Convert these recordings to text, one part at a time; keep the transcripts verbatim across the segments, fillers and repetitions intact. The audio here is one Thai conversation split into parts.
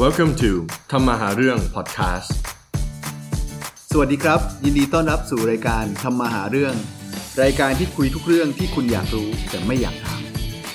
Welcome to ทำมาหาเรื่อง podcast สวัสดีครับยินดีต้อนรับสู่รายการทำมาหาเรื่องรายการที่คุยทุกเรื่องที่คุณอยากรู้แต่ไม่อยากถาม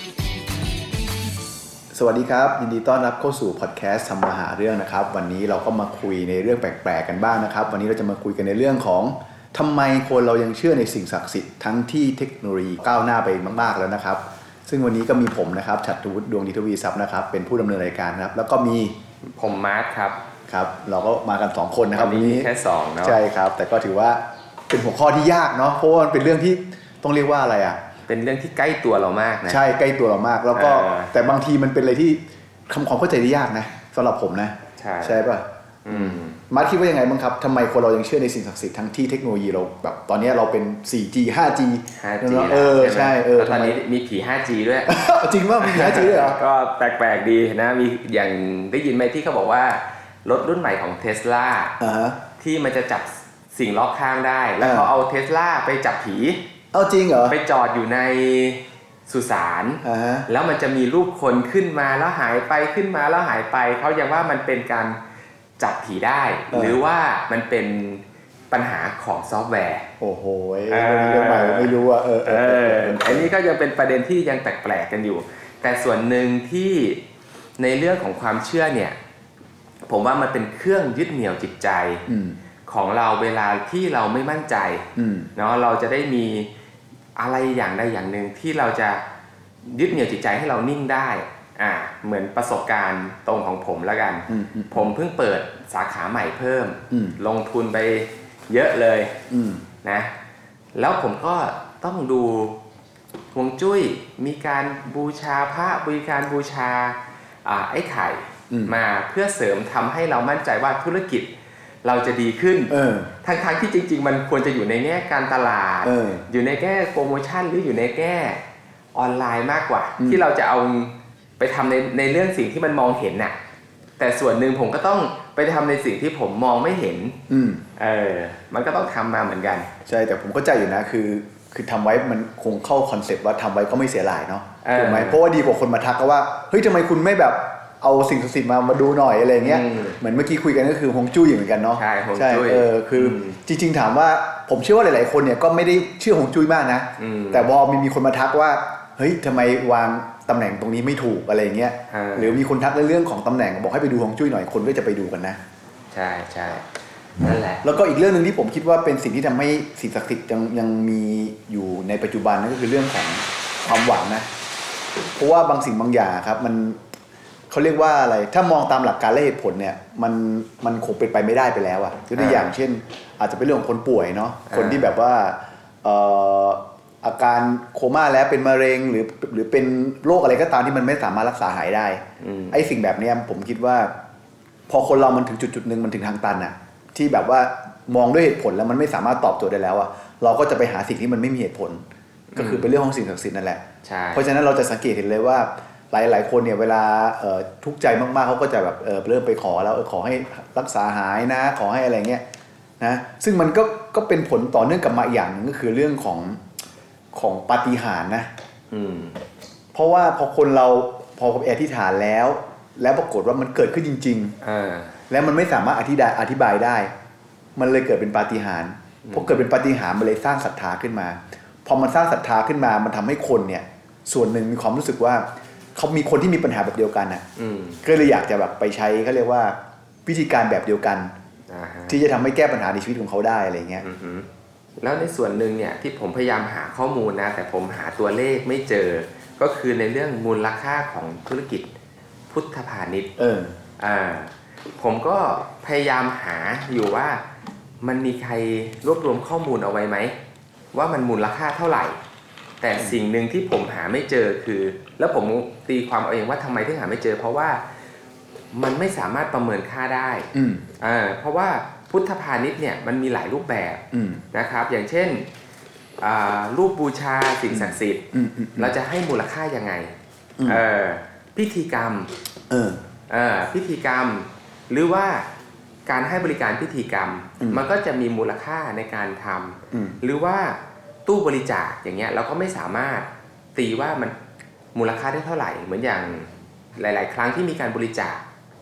สวัสดีครับยินดีต้อนรับเข้าสู่พอดแคสต์ทำมาหาเรื่องนะครับวันนี้เราก็มาคุยในเรื่องแปลกๆกันบ้างนะครับวันนี้เราจะมาคุยกันในเรื่องของทำไมคนเรายังเชื่อในสิ่งศักดิ์สิทธิ์ทั้งที่เทคโนโลยีก้าวหน้าไปมากๆแล้วนะครับซึ่งวันนี้ก็มีผมนะครับฉัตรวุฒิดวงดีทวีทรัพย์นะครับเป็นผู้ดำเนินรายการครับแล้วก็มีผมมาร์คครับครับเราก็มากันสองคนนะครับวันนี้แค่สองเนาะใช่ครับแต่ก็ถือว่าเป็นหัวข้อที่ยากเนาะเพราะว่ามันเป็นเรื่องที่ต้องเรียกว่าอะไรอ่ะเป็นเรื่องที่ใกล้ตัวเรามากนะใช่ใกล้ตัวเรามากแล้วก็แต่บางทีมันเป็นอะไรที่ทำความเข้าใจได้ยากนะสำหรับผมนะใช่ใช่ป่ะอืมมาร์คคิดว่ายังไงบ้างครับทำไมคนเรายังเชื่อในสิ่งศักดิ์สิทธิ์ทั้งที่เทคโนโลยีเราแบบตอนนี้เราเป็น โฟร์จี ไฟว์จีห้าจีเออใช่เออตอนนี้มีผี ไฟว์จี ด้วยจริงป่ะมี ไฟว์จี ด้วยเหรอก็แปลกๆดีนะมีอย่างได้ยินไหมที่เขาบอกว่ารถรุ่นใหม่ของ Tesla อ่าฮะที่มันจะจับสิ่งรอบข้างได้แล้วเขาเอา Tesla ไปจับผีเอาจริงเหรอไปจอดอยู่ในสุสานอ่าฮะแล้วมันจะมีรูปคนขึ้นมาแล้วหายไปขึ้นมาแล้วหายไปเขายังว่ามันเป็นการจับผีได้หรือว่ามันเป็นปัญหาของซอฟต์แวร์โอ้โหเรื่องใหม่ไม่รู้อ่ะเออเอออันนี้ก็ยังเป็นประเด็นที่ยังแปลกๆกันอยู่แต่ส่วนหนึ่งที่ในเรื่องของความเชื่อเนี่ยผมว่ามันเป็นเครื่องยึดเหนี่ยวจิตใจของเราเวลาที่เราไม่มั่นใจเนาะเราจะได้มีอะไรอย่างใดอย่างหนึ่งที่เราจะยึดเหนี่ยวจิตใจให้เรานิ่งได้อ่าเหมือนประสบการณ์ตรงของผมแล้วกันผมเพิ่งเปิดสาขาใหม่เพิ่มลงทุนไปเยอะเลยนะแล้วผมก็ต้องดูฮวงจุ้ยมีการบูชาพระมีการบูชาอ่าไอ้ไข่มาเพื่อเสริมทำให้เรามั่นใจว่าธุรกิจเราจะดีขึ้นทั้งๆที่จริงๆมันควรจะอยู่ในแง่การตลาด อ, อยู่ในแง่โปรโมชั่นหรืออยู่ในแง่ออนไลน์มากกว่าที่เราจะเอาไปทำในในเรื่องสิ่งที่มันมองเห็นน่ะแต่ส่วนหนึ่งผมก็ต้องไปทำในสิ่งที่ผมมองไม่เห็นเออมันก็ต้องทำมาเหมือนกันใช่แต่ผมเข้าใจอยู่นะคือคือทำไว้มันคงเข้าคอนเซ็ปต์ว่าทำไว้ก็ไม่เสียหลายเนาะถูกไหมเพราะว่าดีกว่าคนมาทักก็ว่าเฮ้ยทำไมคุณไม่แบบเอาสิ่งศักดิ์สิทธิ์มามาดูหน่อยอะไรเงี้ยเหมือนเมื่อกี้คุยกันก็คือฮวงจุ้ยเหมือนกันเนาะใช่ฮวงจุ้ยเออคือจริงๆถามว่าผมเชื่อว่าหลายๆคนเนี่ยก็ไม่ได้เชื่อฮวงจุ้ยมากนะแต่พอมีมีคนมาทักว่าเฮ้ยทำไมวางตำแหน่งตรงนี้ไม่ถูกอะไรเงี้ยหรือมีคนทักในเรื่องของตำแหน่งบอกให้ไปดูฮวงจุ้ยหน่อยคนก็จะไปดูกันนะใช่ใช่นั่นแหละแล้วก็อีกเรื่องนึงที่ผมคิดว่าเป็นสิ่งที่ทำให้สิ่งศักดิ์สิทธิ์ยังยังมีอยู่ในปัจจุบันนั่นก็คือเรื่องของความหวังนะเพราะว่าบางสิ่งบางอย่างครับมันเขาเรียกว่าอะไรถ้ามองตามหลักการและเหตุผลเนี่ยมันมันคงเป็นไปไม่ได้ไปแล้วอ่ะยกตัวอย่างเช่นอาจจะเป็นเรื่องของคนป่วยเนาะคนที่แบบว่าเอ่ออาการโคม่าแล้วเป็นมะเร็งหรือหรือเป็นโรคอะไรก็ตามที่มันไม่สามารถรักษาหายได้ไอ้สิ่งแบบนี้ผมคิดว่าพอคนเรามันถึงจุดจุดนึงมันถึงทางตันอ่ะที่แบบว่ามองด้วยเหตุผลแล้วมันไม่สามารถตอบโจทย์ได้แล้วอ่ะเราก็จะไปหาสิ่งที่มันไม่มีเหตุผลก็คือเป็นเรื่องของสิ่งศักดิ์สิทธิ์นั่นแหละเพราะฉะนั้นเราจะสังเกตเห็นเลยว่าหลายๆคนเนี่ยเวลาทุกข์ใจมากๆเขาก็จะแบบเเริ่มไปขอแล้วขอให้รักษาหายนะขอให้อะไรเงี้ยนะซึ่งมันก็ก็เป็นผลต่อเนื่องกับมาอย่างนึงก็คือเรื่องของของปาฏิหาริย์นะเพราะว่าพอคนเราพออธิษฐานแล้วแล้วปรากฏว่ามันเกิดขึ้นจริงๆแล้วมันไม่สามารถอธิบายอธิบายได้มันเลยเกิดเป็นปาฏิหาริย์พอเกิดเป็นปาฏิหาริย์มันเลยสร้างศรัทธาขึ้นมาพอมันสร้างศรัทธาขึ้นมามันทำให้คนเนี่ยส่วนหนึ่งมีความรู้สึกว่าเขามีคนที่มีปัญหาแบบเดียวกันน่ะก็เลยอยากจะแบบไปใช้เขาเรียกว่าวิธีการแบบเดียวกันที่จะทำให้แก้ปัญหาในชีวิตของเขาได้อะไรเงี้ยแล้วในส่วนหนึ่งเนี่ยที่ผมพยายามหาข้อมูลนะแต่ผมหาตัวเลขไม่เจอก็คือในเรื่องมูลค่าของธุรกิจพุทธพาณิชย์เอออ่าผมก็พยายามหาอยู่ว่ามันมีใครรวบรวมข้อมูลเอาไว้ไหมว่ามันมูลค่าเท่าไหร่แต่สิ่งหนึ่งที่ผมหาไม่เจอคือแล้วผมตีความเอาเองว่าทำไมถึงหาไม่เจอเพราะว่ามันไม่สามารถประเมินค่าได้อ่าเพราะว่าพุทธพาณิชย์เนี่ยมันมีหลายรูปแบบนะครับอย่างเช่นรูปบูชาสิ่งศักดิ์สิทธิ์เราจะให้มูลค่ายังไงเออพิธีกรรมเออเออพิธีกรรมหรือว่าการให้บริการพิธีกรรมมันก็จะมีมูลค่าในการทำหรือว่าตู้บริจาคอย่างเงี้ยเราก็ไม่สามารถตีว่ามันมูลค่าได้เท่าไหร่เหมือนอย่างหลายๆครั้งที่มีการบริจาค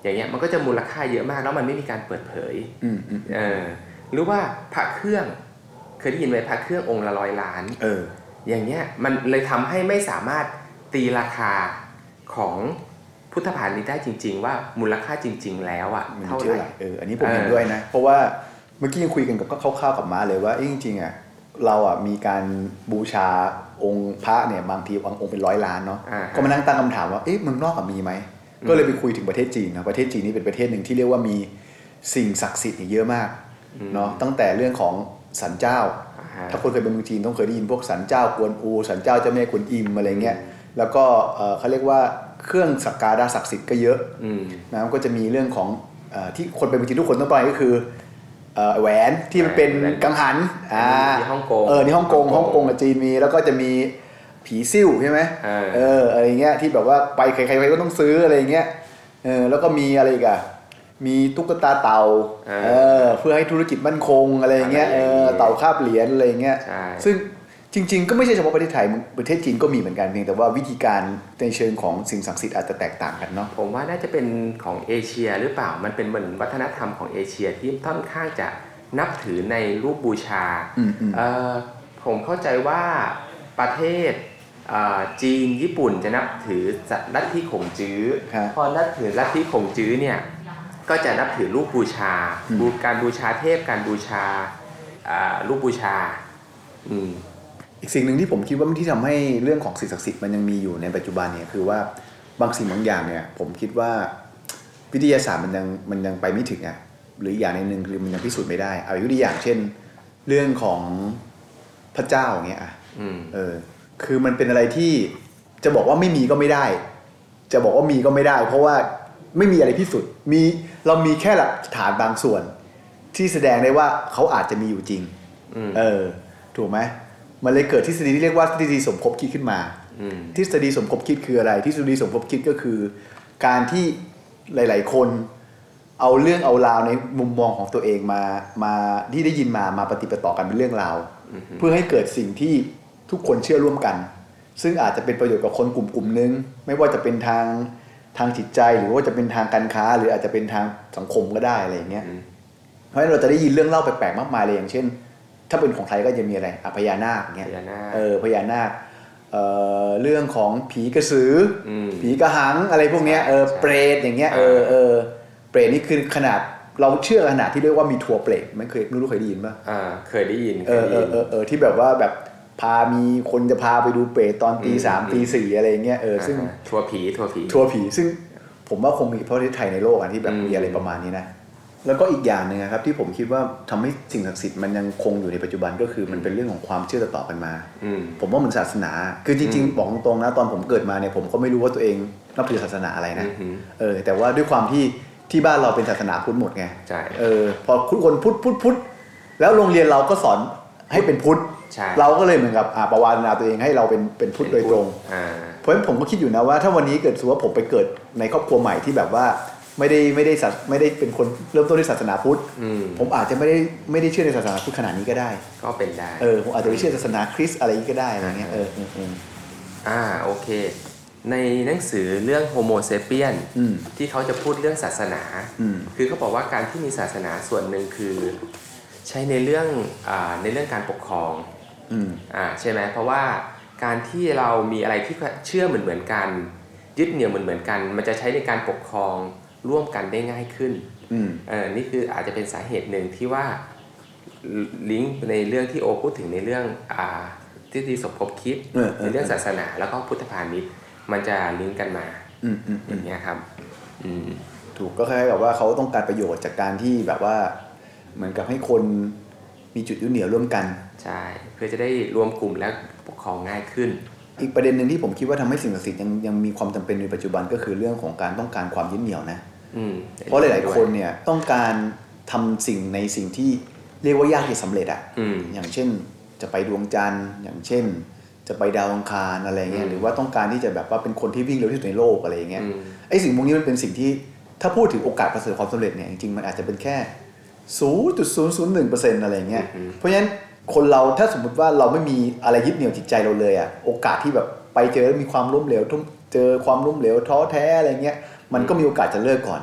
อย่างเงี้ยมันก็จะมูลค่าเยอะมากแล้วมันไม่มีการเปิดเผยเออหรือว่าพระเครื่องเคยได้ยินไหมพระเครื่ององค์ละร้อยล้านเอออย่างเงี้ยมันเลยทำให้ไม่สามารถตีราคาของพุทธพาณิชย์ได้จริงๆว่ามูลค่าจริงๆแล้วอ่ะเท่าไหร่เอออันนี้ผมเห็นด้วยนะเพราะว่าเมื่อกี้ยังคุยกันกับก็คร่าวๆกับม้าเลยว่าจริงๆอ่ะเราอ่ะมีการบูชาองค์พระเนี่ยบางทีบางองค์เป็นร้อยล้านเนาะก็มานั่งตั้งคำถามว่าเอ๊ะเมืองนอกมีไหมก็เลยไปคุยถึงประเทศจีนนะประเทศจีนนี่เป็นประเทศหนึ่งที่เรียกว่ามีสิ่งศักดิ์สิทธิ์เยอะมากเนาะตั้งแต่เรื่องของศาลเจ้าถ้าคนเคยไปเมืองจีนต้องเคยได้ยินพวกศาลเจ้ากวนอูศาลเจ้าเจ้าแม่กวนอิมอะไรเงี้ยแล้วก็เขาเรียกว่าเครื่องสักการะศักดิ์สิทธิ์ก็เยอะนะก็จะมีเรื่องของที่คนไปเมืองจีนทุกคนต้องไปก็คือแหวนที่มันเป็นกังหันอ่าที่ฮ่องกงเออที่ฮ่องกงฮ่องกงกับจีนมีแล้วก็จะมีผีซิ่วใช่ไหมเอออะไรเงี้ยที่แบบว่าไปใครๆก็ต้องซื้ออะไรเงี้ยเออแล้วก็มีอะไรอีกอะมีตุ๊กตาเต่าเออเพื่อให้ธุรกิจมั่นคงอะไรเงี้ยเออเต่าคาบเหรียญอะไรเงี้ยซึ่งจริงๆก็ไม่ใช่เฉพาะประเทศไทยประเทศจีนก็มีเหมือนกันเพียงแต่ว่าวิธีการในเชิงของสิ่งศักดิ์สิทธิ์อาจจะแตกต่างกันเนาะผมว่าน่าจะเป็นของเอเชียหรือเปล่ามันเป็นเหมือนวัฒนธรรมของเอเชียที่ค่อนข้างจะนับถือในรูปบูชาเออผมเข้าใจว่าประเทศจีนญี่ปุ่นจะนับถือลัทธิขงจื้อพอนับถือลัทธิขงจื้อเนี่ยก็จะนับถือรูปบูชาการบูชาเทพการบูชารูปบูชาอีกสิ่งหนึ่งที่ผมคิดว่าที่ทำให้เรื่องของสิ่งศักดิ์สิทธิ์มันยังมีอยู่ในปัจจุบันเนี่ยคือว่าบางสิ่งบางอย่างเนี่ยผมคิดว่าวิทยาศาสตร์มันยังมันยังไปไม่ถึงอ่ะหรืออีกอย่างนึงคือมันยังพิสูจน์ไม่ได้เอายกตัวอย่างเช่นเรื่องของพระเจ้าอย่างเงี้ยอ่ะเออคือมันเป็นอะไรที่จะบอกว่าไม่มีก็ไม่ได้จะบอกว่ามีก็ไม่ได้เพราะว่าไม่มีอะไรพิสูจน์มีเรามีแค่หลักฐานบางส่วนที่แสดงได้ว่าเขาอาจจะมีอยู่จริงเออถูกไหมมันเลยเกิดทฤษฎีที่เรียกว่าทฤษฎีสมคบคิดขึ้นมาทฤษฎีสมคบคิดคืออะไรทฤษฎีสมคบคิดก็คือการที่หลายๆคนเอาเรื่องเอาราวในมุมมองของตัวเองมามาที่ได้ยินมามาปฏิปต่อกันเป็นเรื่องราวเพื่อให้เกิดสิ่งที่ทุกคนเชื่อร่วมกันซึ่งอาจจะเป็นประโยชน์กับคนกลุ่มกลุ่มนึงไม่ว่าจะเป็นทางทางจิตใจหรือว่าจะเป็นทางการค้าหรืออาจจะเป็นทางสังคมก็ได้อะไรอย่างเงี้ยเพราะฉะนั้นเราจะได้ยินเรื่องเล่าแปลกๆมากมายเลยอย่างเช่นถ้าเป็นของไทยก็จะมีอะไรพญานาคเงี้ยเออพญานาคเอ่อเรื่องของผีกระสือผีกระหังอะไรพวกเนี้ยเออเปรตอย่างเงี้ยเออเออเปรตนี่คือขนาดเราเชื่อขนาดที่เรียกว่ามีทัวร์เปรตไม่เคยไม่รู้เคยได้ยินป่ะอ่าเคยได้ยินเออเออเออเออที่แบบว่าแบบพามีคนจะพาไปดูเปรตตอนตีสามตีสี่อะไรเงี้ยเออซึ่งทัวร์ผีทัวร์ผีทัวร์ผีซึ่งผมว่าคงมีประเทศไทยในโลกอันที่แบบมีอะไรประมาณนี้นะแล้วก็อีกอย่างนึงครับที่ผมคิดว่าทำให้สิ่งศักดิ์สิทธิ์มันยังคงอยู่ในปัจจุบันก็คือมันเป็นเรื่องของความเชื่อต่อๆกันมาผมว่าเหมือนศาสนาคือจริงๆบอกตรงๆนะตอนผมเกิดมาเนี่ยผมก็ไม่รู้ว่าตัวเองนับถือศาสนาอะไรนะเออแต่ว่าด้วยความที่ที่บ้านเราเป็นศาสนาพุทธหมดไงใช่เออพอทุกคนพุทธพุทธพุทธแล้วโรงเรียนเราก็สอนให้เป็นพุทธเราก็เลยเหมือนกับอ่าประวารณาตัวเองให้เราเป็นเป็นพุทธโดยตรงเพราะฉะนั้นผมก็คิดอยู่นะว่าถ้าวันนี้เกิดสมมติว่าผมไปเกิดในครอบครัวใหม่ที่แบบว่าไม่ได้ไม่ได้ไม่ได้เป็นคนเริ่มต้นด้วยศาสนาพุทธผมอาจจะไม่ได้ไม่ได้เชื่อในศาสนาพุทธขนาดนี้ก็ได้ก็เป็นได้เออผมอาจจะไม่เชื่อศาสนาคริสต์อะไรก็ได้อะไรเงี้ยเอออ่าโอเคในหนังสือเรื่องโฮโมเซเปียนที่เขาจะพูดเรื่องศาสนาคือเขาบอกว่าการที่มีศาสนาส่วนหนึ่งคือใช้ในเรื่องอ่าในเรื่องการปกครองอ่าใช่ไหมเพราะว่าการที่เรามีอะไรที่เชื่อเหมือนเหมือนกันยึดเหนี่ยวเหมือนเหมือนกันมันจะใช้ในการปกครองร่วมกันได้ง่ายขึ้นเออนี่คืออาจจะเป็นสาเหตุหนึ่งที่ว่าลิงก์ในเรื่องที่โอพูดถึงในเรื่องอ่าทฤษฎีสมคบคิดในเรื่องศาสนาแล้วก็พุทธพาณิชย์มันจะลิงก์กันมาอย่างเงี้ยครับถูกก็คล้ายๆกับว่าเขาต้องการประโยชน์จากการที่แบบว่าเหมือนกับให้คนมีจุดยึดเหนี่ยวร่วมกันใช่เพื่อจะได้รวมกลุ่มและปกครองง่ายขึ้นอีกประเด็นหนึ่งที่ผมคิดว่าทำให้สิ่งศักดิ์สิทธิ์ยังยังมีความจำเป็นในปัจจุบันก็คือเรื่องของการต้องการความยึดเหนี่ยวนะเพราะหลายๆคนเนี่ยต้องการทำสิ่งในสิ่งที่เรียกว่ายากที่สำเร็จอ่ะอย่างเช่นจะไปดวงจันทร์อย่างเช่นจะไปดาวอังคารอะไรเงี้ยหรือว่าต้องการที่จะแบบว่าเป็นคนที่วิ่งเร็วที่สุดในโลกอะไรเงี้ยไอ้สิ่งพวกนี้มันเป็นสิ่งที่ถ้าพูดถึงโอกาสประสบความสำเร็จเนี่ยจริงๆมันอาจจะเป็นแค่ ศูนย์จุดศูนย์ศูนย์หนึ่งเปอร์เซ็นต์ อะไรเงี้ยเพราะฉะนั้นคนเราถ้าสมมติว่าเราไม่มีอะไรยึดเหนี่ยวจิตใจเราเลยอ่ะโอกาสที่แบบไปเจอมีความล้มเหลวเจอความล้มเหลวท้อแท้อะไรเงี้ยมันก็มีโอกาสจะเลิกก่อน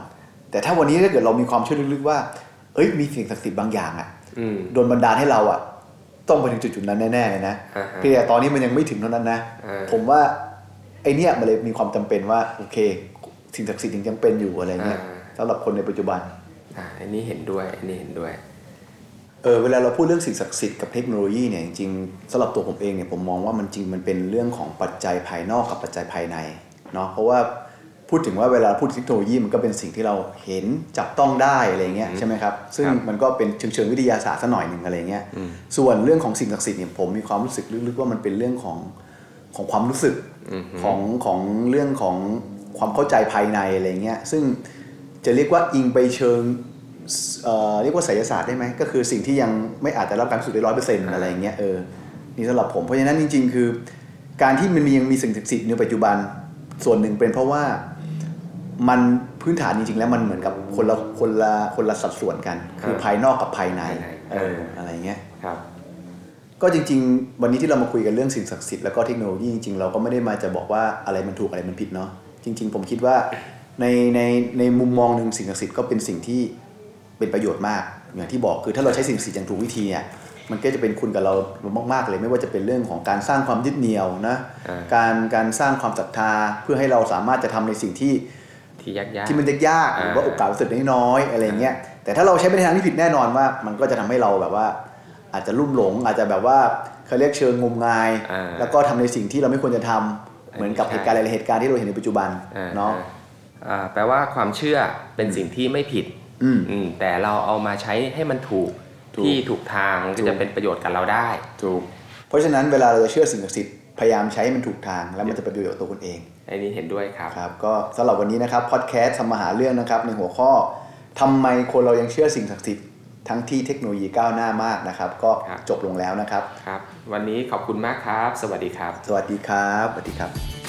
แต่ถ้าวันนี้ถ้าเกิดเรามีความเชื่อลึกๆว่าเอ้ยมีสิ่งศักดิ์สิทธิ์บางอย่างอ่ะโดนบันดาลให้เราอ่ะต้องไปถึงจุดๆนั้นแน่ๆเลยนะเพียงแต่ตอนนี้มันยังไม่ถึงเท่านั้นนะผมว่าไอเนี้ยมันเลยมีความจำเป็นว่าโอเคสิ่งศักดิ์สิทธิ์ยังจำเป็นอยู่อะไรเงี้ยสำหรับคนในปัจจุบันอ่าอันนี้เห็นด้วยอันนี้เห็นด้วยเออเวลาเราพูดเรื่องสิ่งศักดิ์สิทธิ์กับเทคโนโลยีเนี่ยจริงๆสำหรับตัวผมเองเนี่ยผมมองว่ามันจริงมันเป็นเรื่องของปัจจัยภายนอกกับปัจจัยภายในเนาะเพราะว่าพูดถึงว่าเวลาพูดเทคโนโลยีมันก็เป็นสิ่งที่เราเห็นจับต้องได้อะไรเงี้ยใช่ไหมครับซึ่งมันก็เป็นเชิงๆวิทยาศาสตร์ซะหน่อยนึงอะไรเงี้ยส่วนเรื่องของสิ่งศักดิ์สิทธิ์เนี่ยผมมีความรู้สึกลึกๆว่ามันเป็นเรื่องของของความรู้สึกของของเรื่องของความเข้าใจภายในอะไรเงี้ยซึ่งจะเรียกว่าอิงไปเชิงเอ่อเรียกว่าไสยศาสตร์ได้ไหมก็คือสิ่งที่ยังไม่อาจจะรับการพิสูจน์ได้ ร้อยเปอร์เซ็นต์ อะไรเงี้ยเออนี่สำหรับผมเพราะฉะนั้นจริงๆคือการที่มันมียังมีสิ่งศักดิ์สิทธิ์ในปัจจุบันส่วนหนึ่งเป็นเพราะว่ามันพื้นฐานจริงๆแล้วมันเหมือนกับคนละคนละคนละสัดส่วนกันคือภายนอกกับภายในเอออะไรเงี้ยครับก็จริงๆวันนี้ที่เรามาคุยกันเรื่องสิ่งศักดิ์สิทธิ์แล้วก็เทคโนโลยีจริงๆเราก็ไม่ได้มาจะบอกว่าอะไรมันถูกอะไรมันผิดเนาะจริงๆผมคิดว่าในในในมุมมองนึงสิ่งศักดิ์สิทธิ์ก็เป็นสิ่งที่เป็นประโยชน์มากอย่างที่บอกคือถ้าเราใช้สิ่งศักดิ์สิทธิ์อย่างถูกวิธีเนี่ยมันก็จะเป็นคุณกับเรามากๆเลยไม่ว่าจะเป็นเรื่องของการสร้างความยึดเหนี่ยวนะการการสร้างความศรัทธาเพื่อให้เราสามารถจะทำในสิ่งที่ที่ยากๆที่มันยากๆหรือว่าโอกาสสุดน้อยๆอะไรเงี้ยแต่ถ้าเราใช้ไปในทางที่ผิดแน่นอนว่ามันก็จะทำให้เราแบบว่าอาจจะลุ่มหลงอาจจะแบบว่าเขาเรียกเชิงงมงายแล้วก็ทำในสิ่งที่เราไม่ควรจะทำเหมือนกับเหตุการณ์หลายๆเหตุการณ์ที่เราเห็นในปัจจุบันเนาะแปลว่าความเชื่อเป็นสิ่งที่ไม่ผิดแต่เราเอามาใช้ให้มันถูกที่ถูกทางก็จะเป็นประโยชน์กับเราได้ถูกเพราะฉะนั้นเวลาเราจะเชื่อสิ่งศักดิ์สิทธิ์พยายามใช้ให้มันถูกทางแล้วมันจะเป็นประโยชน์ต่อตัวคุณเองอันนี้เห็นด้วยครับครับก็สำหรับวันนี้นะครับพอดแคสต์ทำมาหาเรื่องนะครับในหัวข้อทำไมคนเรายังเชื่อสิ่งศักดิ์สิทธิ์ทั้งที่เทคโนโลยีก้าวหน้ามากนะครับก็จบลงแล้วนะครับครับวันนี้ขอบคุณมากครับสวัสดีครับสวัสดีครับสวัสดีครับ